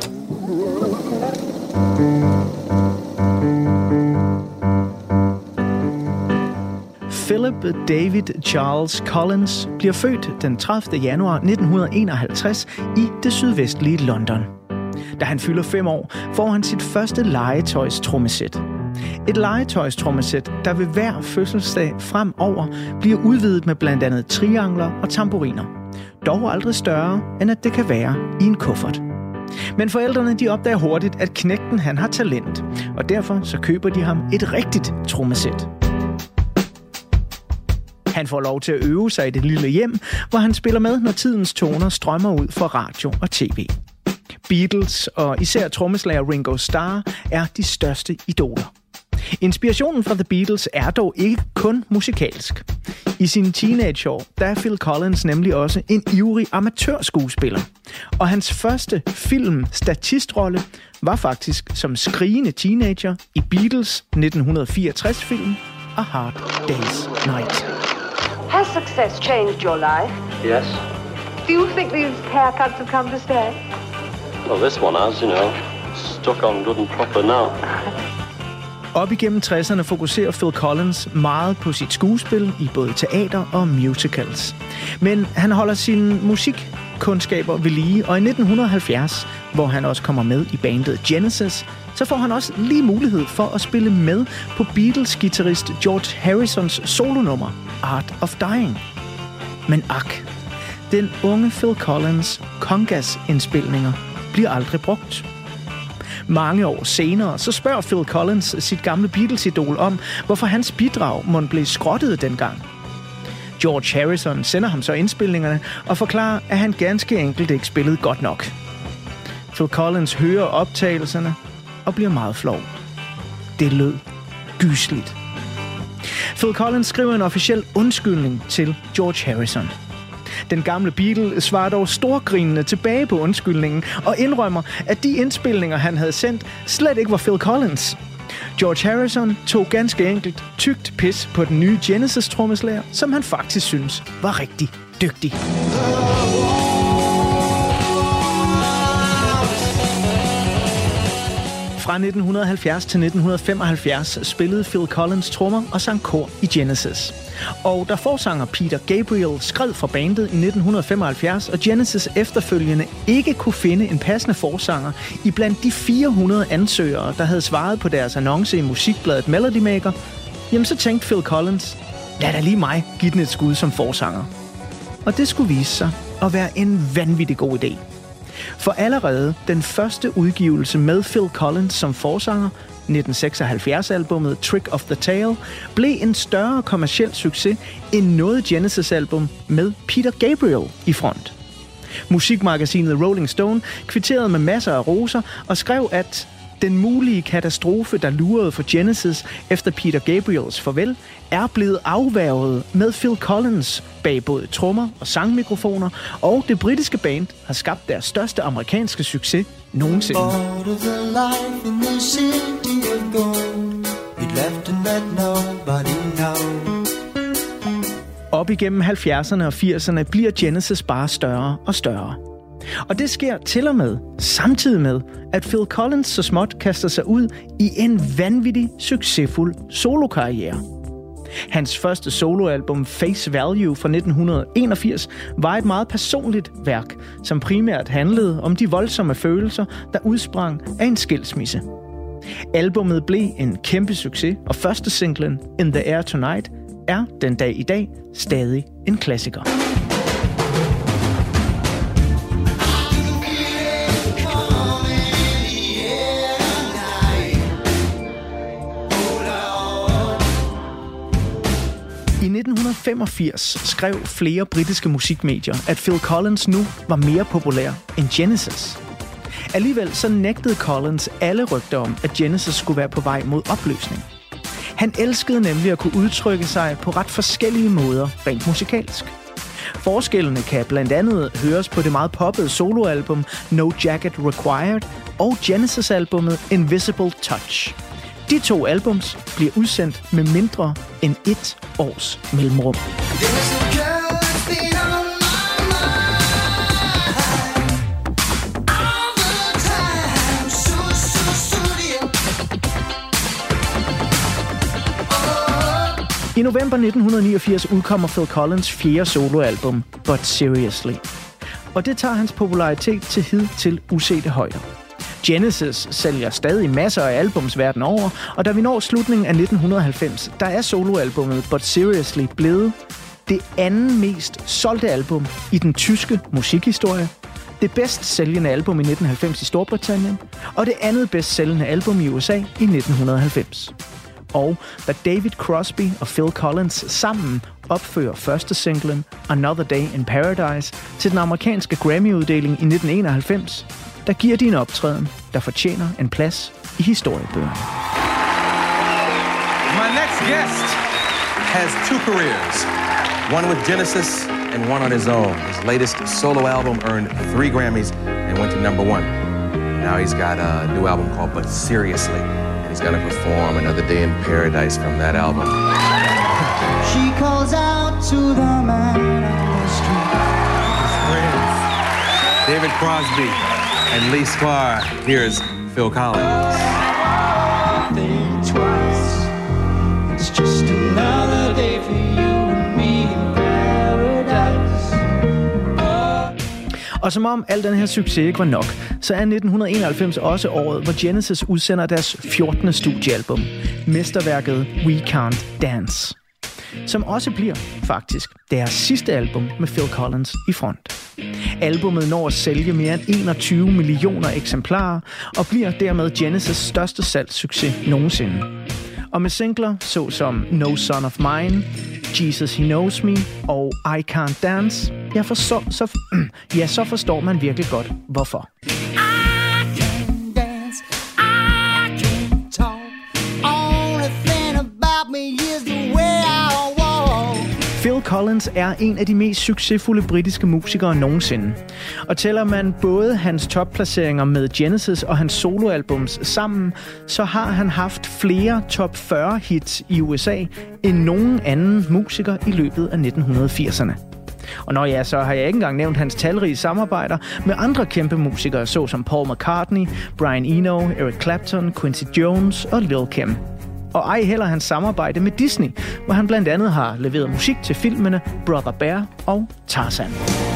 Speaker 3: Philip David Charles Collins bliver født den tredivte januar nitten enoghalvtreds i det sydvestlige London. Da han fylder fem år, får han sit første legetøjs-trommesæt. Et legetøjs-trommesæt, der ved hver fødselsdag fremover bliver udvidet med blandt andet triangler og tamburiner. Dog aldrig større, end at det kan være i en kuffert. Men forældrene de opdager hurtigt, at knægten han har talent, og derfor så køber de ham et rigtigt trommesæt. Han får lov til at øve sig i det lille hjem, hvor han spiller med, når tidens toner strømmer ud fra radio og tv. Beatles og især trommeslager Ringo Starr er de største idoler. Inspirationen fra The Beatles er dog ikke kun musikalsk. I sine teenageår, der er Phil Collins nemlig også en ivrig amatørskuespiller. Og hans første film-statistrolle var faktisk som skrigende teenager i Beatles nitten fireogtres-film A Hard Day's Night.
Speaker 13: Has success changed your life?
Speaker 14: Yes.
Speaker 13: Do you think these haircuts have come to stay?
Speaker 14: Well, this one has, you know, stuck on good and proper now.
Speaker 3: Op igennem tresserne fokuserer Phil Collins meget på sit skuespil i både teater og musicals. Men han holder sine musikkundskaber ved lige, og i nitten halvfjerds, hvor han også kommer med i bandet Genesis, så får han også lige mulighed for at spille med på Beatles-guitarist George Harrisons solonummer Art of Dying. Men ak, den unge Phil Collins congas-indspilninger bliver aldrig brugt. Mange år senere, så spørger Phil Collins sit gamle Beatles-idol om, hvorfor hans bidrag måtte blive skrottet dengang. George Harrison sender ham så indspilningerne og forklarer, at han ganske enkelt ikke spillede godt nok. Phil Collins hører optagelserne og bliver meget flov. Det lød gysligt. Phil Collins skriver en officiel undskyldning til George Harrison. Den gamle Beatle svarer dog storgrinende tilbage på undskyldningen og indrømmer, at de indspilninger, han havde sendt, slet ikke var Phil Collins. George Harrison tog ganske enkelt tykt pis på den nye Genesis-trommeslager, som han faktisk synes var rigtig dygtig. Fra nitten halvfjerds til nitten femoghalvfjerds spillede Phil Collins trommer og sang kor i Genesis. Og da forsanger Peter Gabriel skred fra bandet i nitten femoghalvfjerds, og Genesis efterfølgende ikke kunne finde en passende forsanger i blandt de fire hundrede ansøgere, der havde svaret på deres annonce i musikbladet Melody Maker, jamen så tænkte Phil Collins, lad da lige mig give den et skud som forsanger. Og det skulle vise sig at være en vanvittig god idé. For allerede den første udgivelse med Phil Collins som forsanger, nitten seksoghalvfjerds-albummet Trick of the Tail, blev en større kommerciel succes end noget Genesis-album med Peter Gabriel i front. Musikmagasinet Rolling Stone kvitterede med masser af roser og skrev, at den mulige katastrofe, der lurede for Genesis efter Peter Gabriels farvel, er blevet afværget med Phil Collins bag både trommer og sangmikrofoner, og det britiske band har skabt deres største amerikanske succes nogensinde. Op igennem halvfjerdserne og firserne bliver Genesis bare større og større. Og det sker til og med samtidig med, at Phil Collins så småt kaster sig ud i en vanvittig succesfuld solokarriere. Hans første soloalbum Face Value fra nitten enogfirs var et meget personligt værk, som primært handlede om de voldsomme følelser, der udsprang af en skilsmisse. Albummet blev en kæmpe succes, og første singlen In the Air Tonight er den dag i dag stadig en klassiker. I nitten femogfirs skrev flere britiske musikmedier, at Phil Collins nu var mere populær end Genesis. Alligevel så nægtede Collins alle rygter om, at Genesis skulle være på vej mod opløsning. Han elskede nemlig at kunne udtrykke sig på ret forskellige måder rent musikalsk. Forskellene kan blandt andet høres på det meget poppede soloalbum No Jacket Required og Genesis-albummet Invisible Touch. De to albums bliver udsendt med mindre end et års mellemrum. I november nitten niogfirs udkommer Phil Collins fjerde soloalbum, But Seriously. Og det tager hans popularitet til hidtil usete højder. Genesis sælger stadig masser af albums verden over, og da vi når slutningen af nitten halvfems, der er soloalbummet But Seriously blevet det anden mest solgte album i den tyske musikhistorie, det bedst sælgende album i nitten halvfems i Storbritannien, og det andet bedst sælgende album i U S A i nitten halvfems. og da David Crosby og Phil Collins sammen opfører første singlen Another Day in Paradise til den amerikanske Grammy-uddeling i nitten enoghalvfems, der giver de en optræden, der fortjener en plads i historiebøgerne.
Speaker 15: My next guest has two careers, one with Genesis and one on his own. His latest solo album earned three Grammys and went to number one. Now he's got a new album called But Seriously, and he's going to perform Another Day in Paradise from that album.
Speaker 6: She calls out to the man on the street.
Speaker 15: His friends, David Crosby and Lee Sklar. Here's Phil Collins.
Speaker 6: Think twice. It's just another day for you and me in paradise.
Speaker 3: Og som om al den her succes ikke var nok, så er nitten enoghalvfems også året, hvor Genesis udsender deres fjortende studiealbum, mesterværket We Can't Dance, som også bliver, faktisk, deres sidste album med Phil Collins i front. Albummet når at sælge mere end enogtyve millioner eksemplarer og bliver dermed Genesis' største salgssucces nogensinde. Og med singler såsom No Son of Mine, Jesus He Knows Me og I Can't Dance, ja, for så, så, ja, så forstår man virkelig godt, hvorfor. Phil Collins er en af de mest succesfulde britiske musikere nogensinde. Og tæller man både hans topplaceringer med Genesis og hans soloalbums sammen, så har han haft flere top fyrre hits i U S A end nogen anden musiker i løbet af nitten firserne. Og når ja, så har jeg ikke engang nævnt hans talrige samarbejder med andre kæmpe musikere, såsom Paul McCartney, Brian Eno, Eric Clapton, Quincy Jones og Lil' Kim. Og ej heller hans samarbejde med Disney, hvor han blandt andet har leveret musik til filmene Brother Bear og Tarzan.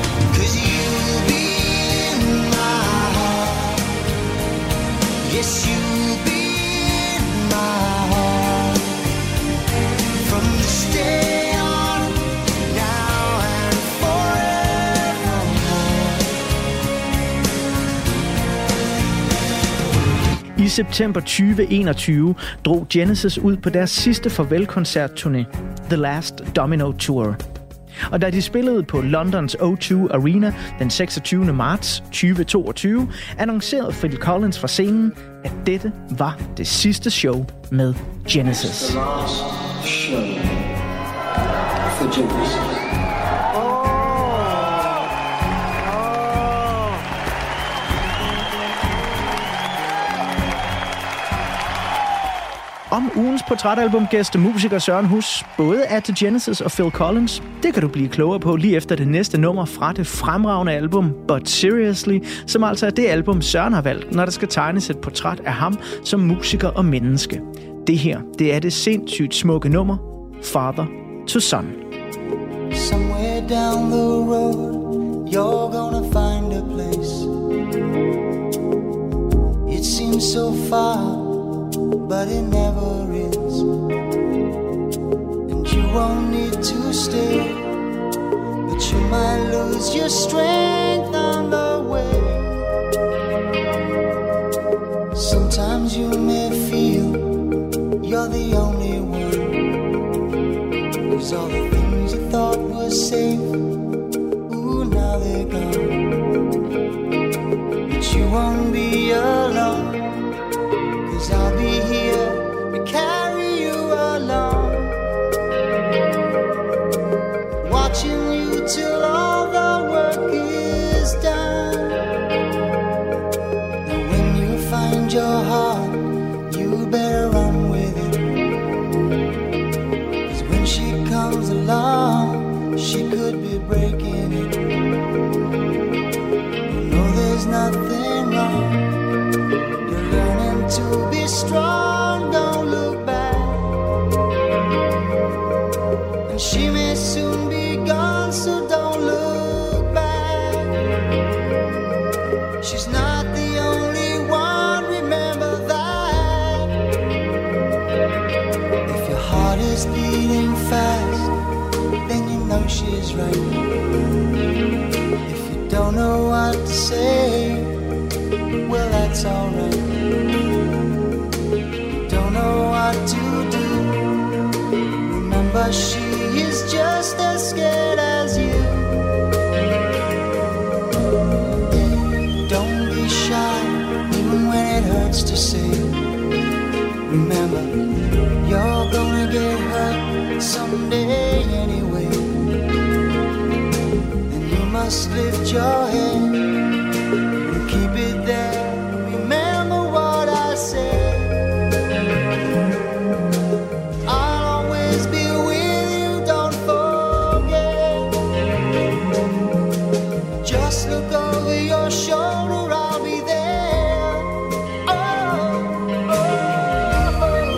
Speaker 3: I september tyve enogtyve drog Genesis ud på deres sidste farvelkoncertturné, The Last Domino Tour. Og da de spillede på Londons O to Arena den seksogtyvende marts tyve toogtyve, annoncerede Phil Collins fra scenen, at dette var det sidste show med Genesis.
Speaker 6: The last show for Genesis.
Speaker 3: Om ugens portrætalbumgæst musiker Søren Hus både er til Genesis og Phil Collins, det kan du blive klogere på lige efter det næste nummer fra det fremragende album But Seriously, som altså er det album Søren har valgt, når der skal tegnes et portræt af ham som musiker og menneske. Det her, det er det sindssygt smukke nummer Father to Son.
Speaker 6: Somewhere down the road, you're gonna find a place. It seems so far, but it never is. And you won't need to stay, but you might lose your strength on the way. Sometimes you may feel you're the only one, 'cause all the things you thought were safe, ooh, now they're gone. But you won't be alone, I'll be here to carry you along, watching you till all the work is done. And when you find your heart, you better run with it, 'cause when she comes along, she could be breaking it. You know there's nothing wrong, to be strong, don't look back. And she may soon be gone, so don't look back. She's not the only one, remember that. If your heart is beating fast, then you know she's right. If you don't know what to say, well, that's alright. Don't know what to do, 'cause she is just as scared as you. Don't be shy, even when it hurts to say. Remember, you're gonna get hurt someday anyway. And you must lift your head and keep it there. Remember what I said. I'll always be with you, don't forget. Just look over your shoulder, I'll be there. Oh, oh, oh.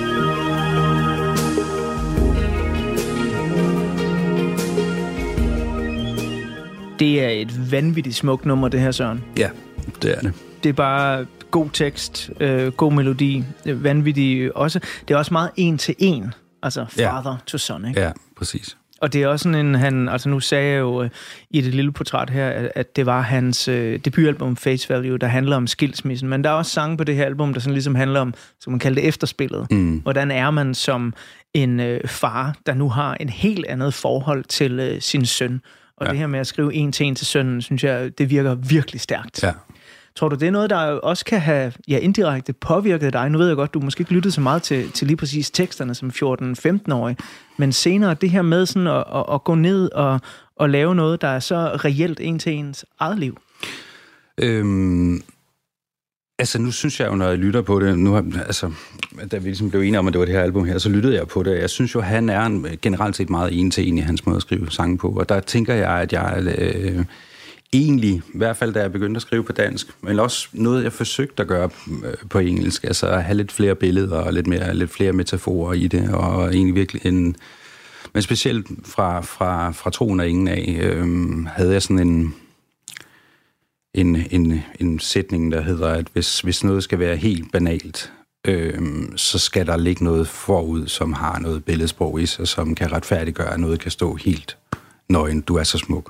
Speaker 3: Det er et vanvittigt smukt nummer, det her, Søren.
Speaker 4: Ja, det er det.
Speaker 3: Det er bare god tekst, øh, god melodi, vanvittig også. Det er også meget en til en, altså father ja. to son, ikke?
Speaker 4: Ja, præcis.
Speaker 3: Og det er også sådan en, han, altså nu sagde jeg jo øh, i det lille portræt her, at, at det var hans øh, debutalbum Face Value, der handler om skilsmissen. Men der er også sange på det her album, der sådan ligesom handler om, som man kalder det, efterspillet. Mm. Hvordan er man som en øh, far, der nu har en helt andet forhold til øh, sin søn. Og ja. det her med at skrive en til en til sønnen, synes jeg, det virker virkelig stærkt.
Speaker 4: Ja.
Speaker 3: Tror du, det er noget, der også kan have ja, indirekte påvirket dig? Nu ved jeg godt, du måske ikke lyttede så meget til, til lige præcis teksterne som fjorten-femten-årig, men senere det her med sådan at, at, at gå ned og, og lave noget, der er så reelt en til ens eget liv.
Speaker 4: Øhm, altså nu synes jeg jo, når jeg lytter på det, nu har, altså, da vi ligesom blev enige om, at det var det her album her, så lyttede jeg på det. Jeg synes jo, han er en, generelt set meget en til en i hans måde at skrive sange på, og der tænker jeg, at jeg... Øh, egentlig, i hvert fald da jeg begyndte at skrive på dansk, men også noget, jeg forsøgte at gøre på engelsk, altså at have lidt flere billeder og lidt, mere, lidt flere metaforer i det, og egentlig virkelig en... Men specielt fra, fra, fra Troen og Ingen af, øhm, havde jeg sådan en, en, en, en sætning, der hedder, at hvis, hvis noget skal være helt banalt, øhm, så skal der ligge noget forud, som har noget billedsprog i sig, som kan retfærdiggøre, at noget kan stå helt nøgen. Du er så smuk.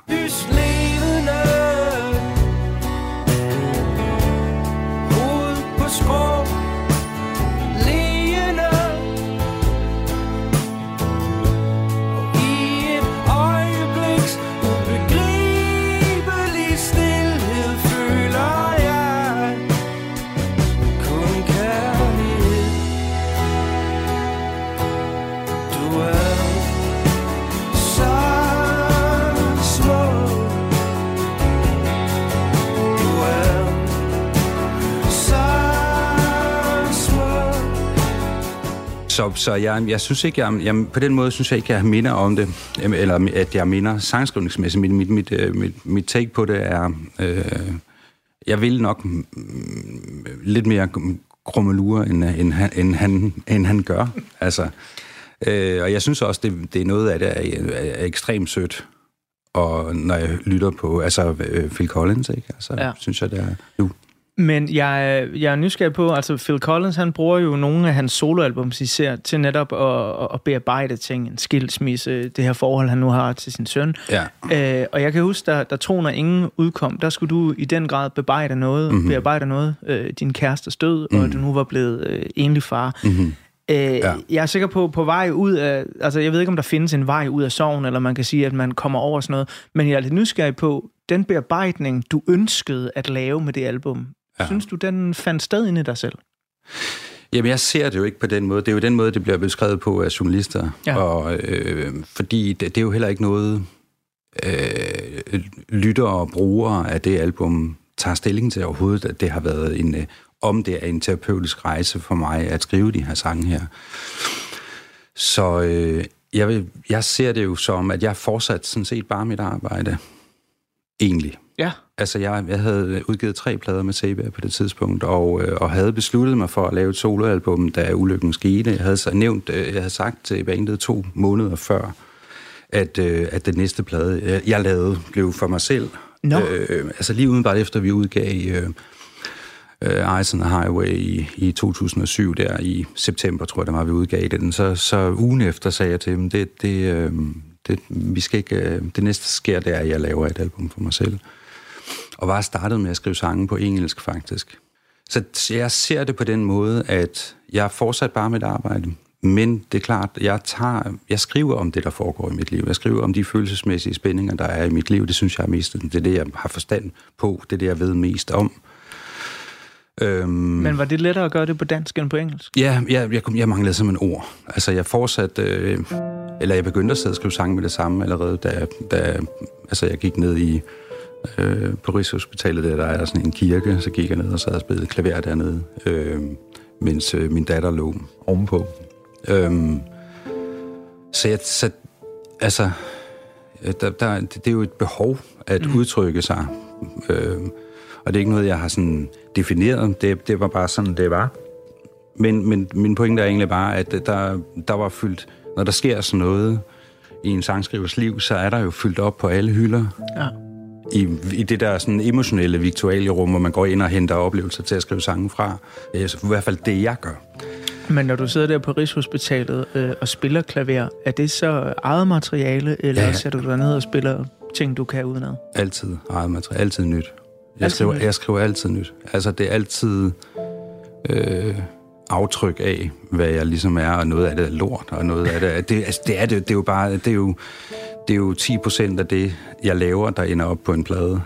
Speaker 4: Så, så jeg, jeg synes ikke, jeg, jeg, på den måde synes jeg ikke, jeg minder om det, eller at jeg minder sangskrivningsmæssigt. Mit, mit, mit, mit, mit take på det er, øh, jeg vil nok mm, lidt mere krummelure, end, end, han, end, han, end han gør. Altså, øh, og jeg synes også, det, det er noget af det er, er ekstremt sødt, og når jeg lytter på, altså øh, Phil Collins, ikke? Altså, ja. synes jeg, det er nu.
Speaker 3: Men jeg, jeg er nysgerrig på, altså Phil Collins, han bruger jo nogle af hans soloalbums især til netop at, at bearbejde ting, en skilsmisse, det her forhold, han nu har til sin søn. Ja. Øh, og jeg kan huske, da, da Troen og Ingen udkom, der skulle du i den grad bearbejde noget, mm-hmm. bearbejde noget, øh, din kærestes død, mm. og du nu var blevet øh, enlig far. Mm-hmm. Øh, ja. Jeg er sikker på, på vej ud af, altså jeg ved ikke, om der findes en vej ud af sorgen, eller man kan sige, at man kommer over sådan noget, men jeg er lidt nysgerrig på, den bearbejdning, du ønskede at lave med det album, ja. Synes du, den fandt sted inde i dig selv?
Speaker 4: Jamen, jeg ser det jo ikke på den måde. Det er jo den måde, det bliver beskrevet på af journalister. Ja. Og, øh, fordi det, det er jo heller ikke noget, øh, lyttere og brugere af det album tager stilling til overhovedet, at det har været en, øh, om det er en terapeutisk rejse for mig at skrive de her sange her. Så øh, jeg, vil, jeg ser det jo som, at jeg fortsat sådan set bare mit arbejde. Egentlig.
Speaker 3: Ja.
Speaker 4: Altså, jeg, jeg havde udgivet tre plader med Sepia på det tidspunkt, og, øh, og havde besluttet mig for at lave et soloalbum, da ulykken skete. Jeg havde så nævnt, øh, jeg havde sagt til bandet to måneder før, at, øh, at den næste plade, jeg, jeg lavede, blev for mig selv.
Speaker 3: No.
Speaker 4: Øh, altså, lige udenbart efter vi udgav øh, øh, Ice on the Highway i, i to tusind og syv, der i september, tror jeg, der var, vi udgav den. Så, så ugen efter sagde jeg til dem, det, det, øh, det, vi skal ikke, øh, det næste sker, det er, at jeg laver et album for mig selv. Og var startet med at skrive sange på engelsk, faktisk. Så jeg ser det på den måde, at jeg fortsat bare mit arbejde, Men det er klart, jeg tager, jeg skriver om det, der foregår i mit liv. Jeg skriver om de følelsesmæssige spændinger, der er i mit liv. Det synes jeg er mest, det er det, jeg har forstand på. Det er det, jeg ved mest om. Øhm,
Speaker 3: Men var det lettere at gøre det på dansk end på engelsk?
Speaker 4: Ja, jeg, jeg, jeg manglede simpelthen ord. Altså, jeg fortsatte, øh, eller jeg begyndte at sidde og skrive sange med det samme allerede, da, da altså, jeg gik ned i, øh, på Rigshospitalet, der, der er sådan en kirke, så gik jeg ned og sad og spillede klaver dernede, øh, mens øh, min datter lå ovenpå. Øhm, så jeg, så, altså, der, der, det er jo et behov at mm. udtrykke sig, øh, og det er ikke noget, jeg har sådan defineret. Det, det var bare sådan, det var. Men, men min pointe er egentlig bare, at der, der var fyldt, når der sker sådan noget i en sangskrivers liv, så er der jo fyldt op på alle hylder.
Speaker 3: Ja.
Speaker 4: I, I det der sådan emotionelle virtuelle rum, hvor man går ind og henter oplevelser til at skrive sange fra. Så i hvert fald det, jeg gør.
Speaker 3: Men når du sidder der på Rigshospitalet øh, og spiller klaver, er det så eget materiale, eller ja. Sætter du dig ned og spiller ting, du kan udenad?
Speaker 4: Altid eget materiale, altid nyt. Jeg, altid skriver, nyt. jeg skriver altid nyt. Altså, det er altid øh, aftryk af, hvad jeg ligesom er, og noget af det er lort, og noget af det, det, altså, det er det, det er jo bare, det er jo, det er jo ti procent af det, jeg laver, der ender op på en plade.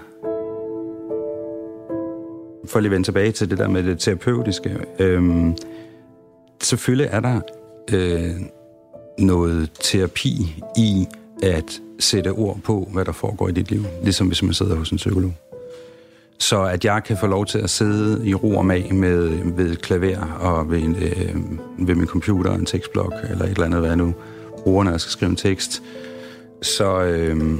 Speaker 4: For lige at vende tilbage til det der med det terapeutiske. Øhm, selvfølgelig er der øh, noget terapi i at sætte ord på, hvad der foregår i dit liv. Ligesom hvis man sidder hos en psykolog. Så at jeg kan få lov til at sidde i ro og mag med, ved et klaver og ved, en, øh, ved min computer, en tekstblok eller et eller andet, hvad jeg nu bruger, når jeg skal skrive en tekst, så, øh,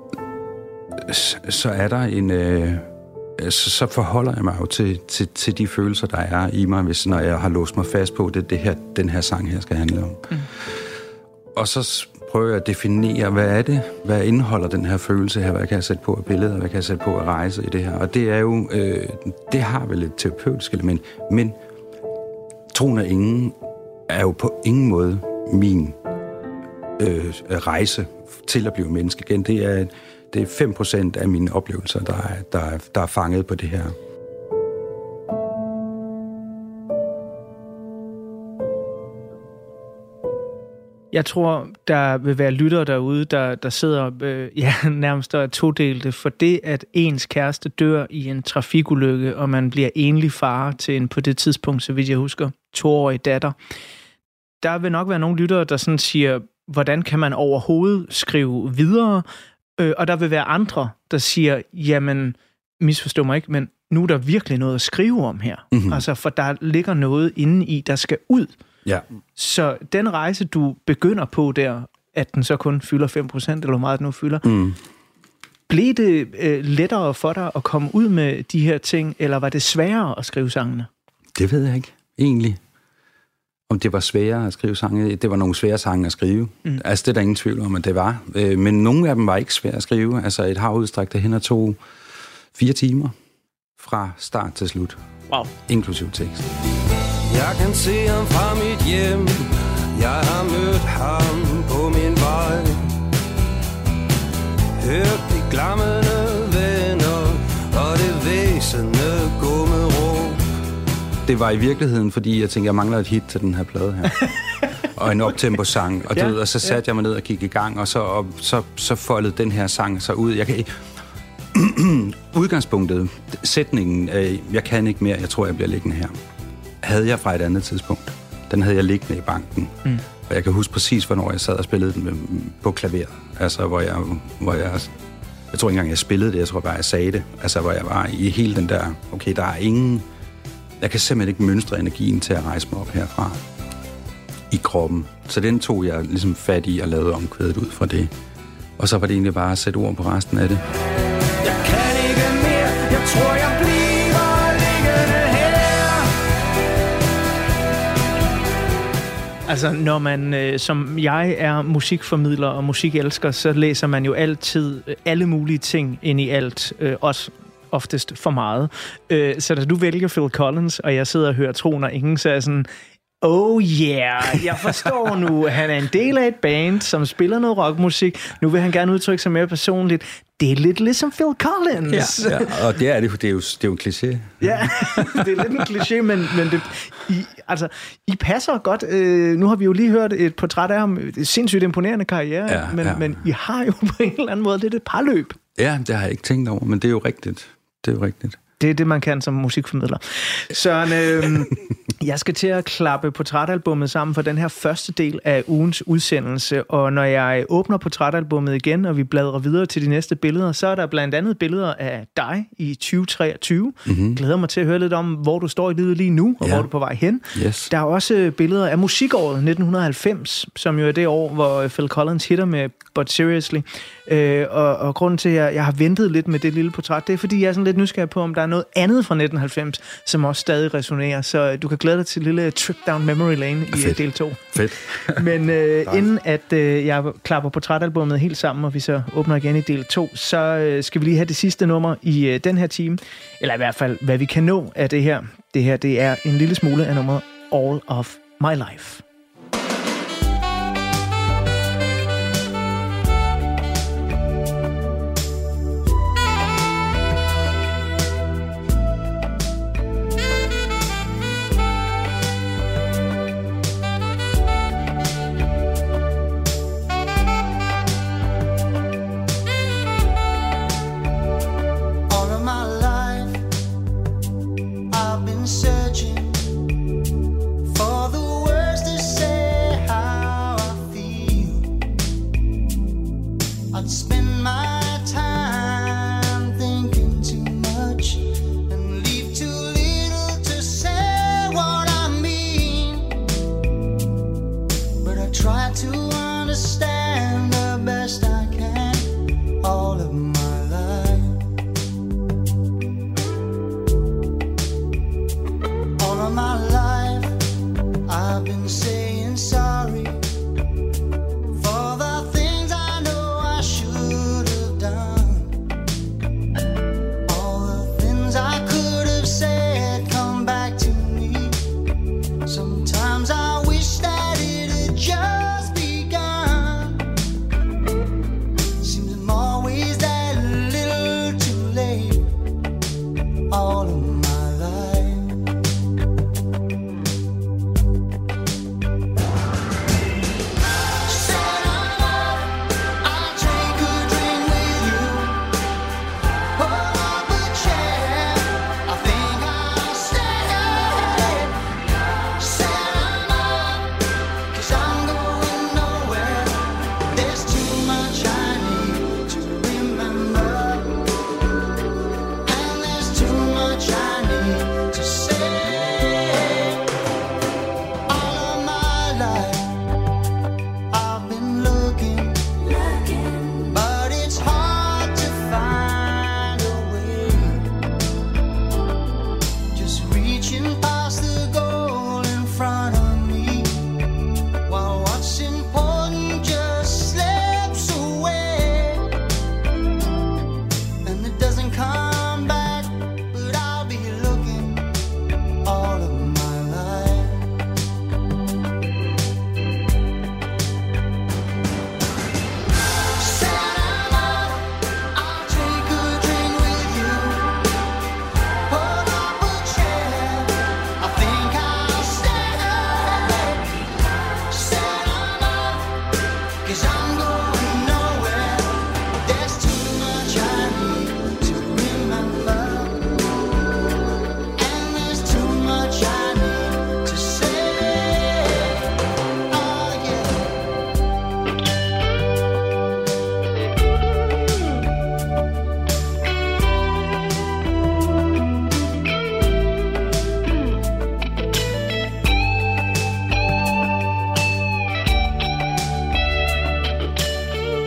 Speaker 4: så er der en... Øh, så, så forholder jeg mig jo til, til, til de følelser, der er i mig, hvis, når jeg har låst mig fast på, det, det her, den her sang her skal handle om. Mm. Og så prøver jeg at definere, hvad er det? Hvad indeholder den her følelse her? Hvad kan jeg sætte på af billeder? Hvad kan jeg sætte på at rejse i det her? Og det er jo, øh, det har vel et terapeutisk element, men troen af ingen er jo på ingen måde min øh, rejse til at blive menneske igen. Det er, det er fem procent af mine oplevelser, der er, der, er, der er fanget på det her.
Speaker 3: Jeg tror, der vil være lyttere derude, der, der sidder øh, ja, nærmest og er todelte, for det, at ens kæreste dør i en trafikulykke, og man bliver enlig far til en, på det tidspunkt, så vidt jeg husker, toårig datter. Der vil nok være nogle lyttere, der sådan siger, hvordan kan man overhovedet skrive videre? Øh, og der vil være andre, der siger, jamen, misforstå mig ikke, men nu er der virkelig noget at skrive om her. Mm-hmm. Altså, for der ligger noget inde i, der skal ud.
Speaker 4: Ja.
Speaker 3: Så den rejse, du begynder på der, at den så kun fylder fem procent, eller hvor meget den nu fylder, mm. blev det øh, lettere for dig at komme ud med de her ting, eller var det sværere at skrive sangene?
Speaker 4: Det ved jeg ikke, egentlig. Om det var sværere at skrive sange. Det var nogle svære sange at skrive. Mm. Altså, det er der ingen tvivl om, at det var. Øh, men nogle af dem var ikke svære at skrive. Altså, et hav udstrækte hen og tog fire timer fra start til slut.
Speaker 3: Wow.
Speaker 4: Inklusiv tekst.
Speaker 5: Jeg kan se ham fra mit hjem. Jeg har mødt ham på min vej. Hørt de glammende venner og det væsende gummeråb.
Speaker 4: Det var i virkeligheden, fordi jeg tænkte, jeg mangler et hit til den her plade her. Og en optempo-sang. Og, ja, og så satte ja. jeg mig ned og gik i gang, og så, og så, så foldede den her sang så ud. Jeg kan udgangspunktet, sætningen, øh, jeg kan ikke mere, jeg tror, jeg bliver liggende her, havde jeg fra et andet tidspunkt. Den havde jeg liggende i banken. Mm. Og jeg kan huske præcis, hvornår jeg sad og spillede den på klaveret. Altså, hvor jeg, hvor jeg... Jeg tror ikke engang, jeg spillede det. Jeg tror bare, jeg sagde det. Altså, hvor jeg var i hele den der... Okay, der er ingen... Jeg kan simpelthen ikke mønstre energien til at rejse mig op herfra i kroppen. Så den tog jeg ligesom fat i og lavede omkvædet ud fra det. Og så var det egentlig bare at sætte ord på resten af det.
Speaker 5: Jeg kan ikke mere. Jeg tror, jeg bliver liggende her.
Speaker 3: Altså, når man, øh, som jeg er musikformidler og musikelsker, så læser man jo altid øh, alle mulige ting ind i alt, øh, også oftest for meget. Øh, så da du vælger Phil Collins, og jeg sidder og hører Troen og Ingen, så er jeg sådan, Oh yeah, jeg forstår nu. Han er en del af et band, som spiller noget rockmusik. Nu vil han gerne udtrykke sig mere personligt. Det er lidt ligesom Phil Collins.
Speaker 4: Ja, ja. Og det er, det, det, er jo, det er jo en kliché.
Speaker 3: Ja, det er lidt en kliché, men, men det, I, altså, I passer godt. Øh, nu har vi jo lige hørt et portræt af ham. Det er sindssygt imponerende karriere,
Speaker 4: ja,
Speaker 3: men,
Speaker 4: ja.
Speaker 3: men I har jo på en eller anden måde lidt et parløb.
Speaker 4: Ja, det har jeg ikke tænkt over, men det er jo rigtigt. Det er jo rigtigt.
Speaker 3: Det er det, man kan som musikformidler. Søren, øh, jeg skal til at klappe portrætalbummet sammen for den her første del af ugens udsendelse, og når jeg åbner portrætalbummet igen, og vi bladrer videre til de næste billeder, så er der blandt andet billeder af dig i tyve treogtyve. Mm-hmm. Glæder mig til at høre lidt om, hvor du står i livet lige nu, og ja. hvor du er på vej hen.
Speaker 4: Yes.
Speaker 3: Der er også billeder af musikåret nitten halvfems, som jo er det år, hvor Phil Collins hitter med But Seriously. Øh, og, og grunden til, at jeg, jeg har ventet lidt med det lille portræt, det er, fordi jeg er sådan lidt nysgerrig på, om der er noget andet fra nitten halvfems, som også stadig resonerer. Så du kan glæde dig til et lille trip down memory lane i
Speaker 4: Fedt.
Speaker 3: del to.
Speaker 4: Fedt.
Speaker 3: Men øh, inden at øh, jeg klapper portrætalbummet helt sammen, og vi så åbner igen i del to, så øh, skal vi lige have det sidste nummer i øh, den her time. Eller i hvert fald, hvad vi kan nå af det her. Det her, det er en lille smule af nummeret All of My Life.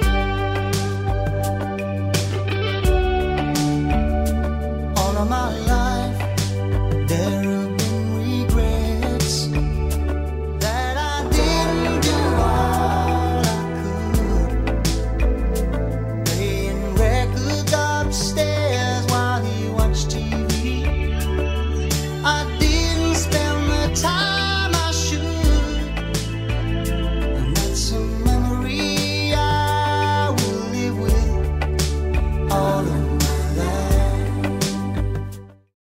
Speaker 6: My life.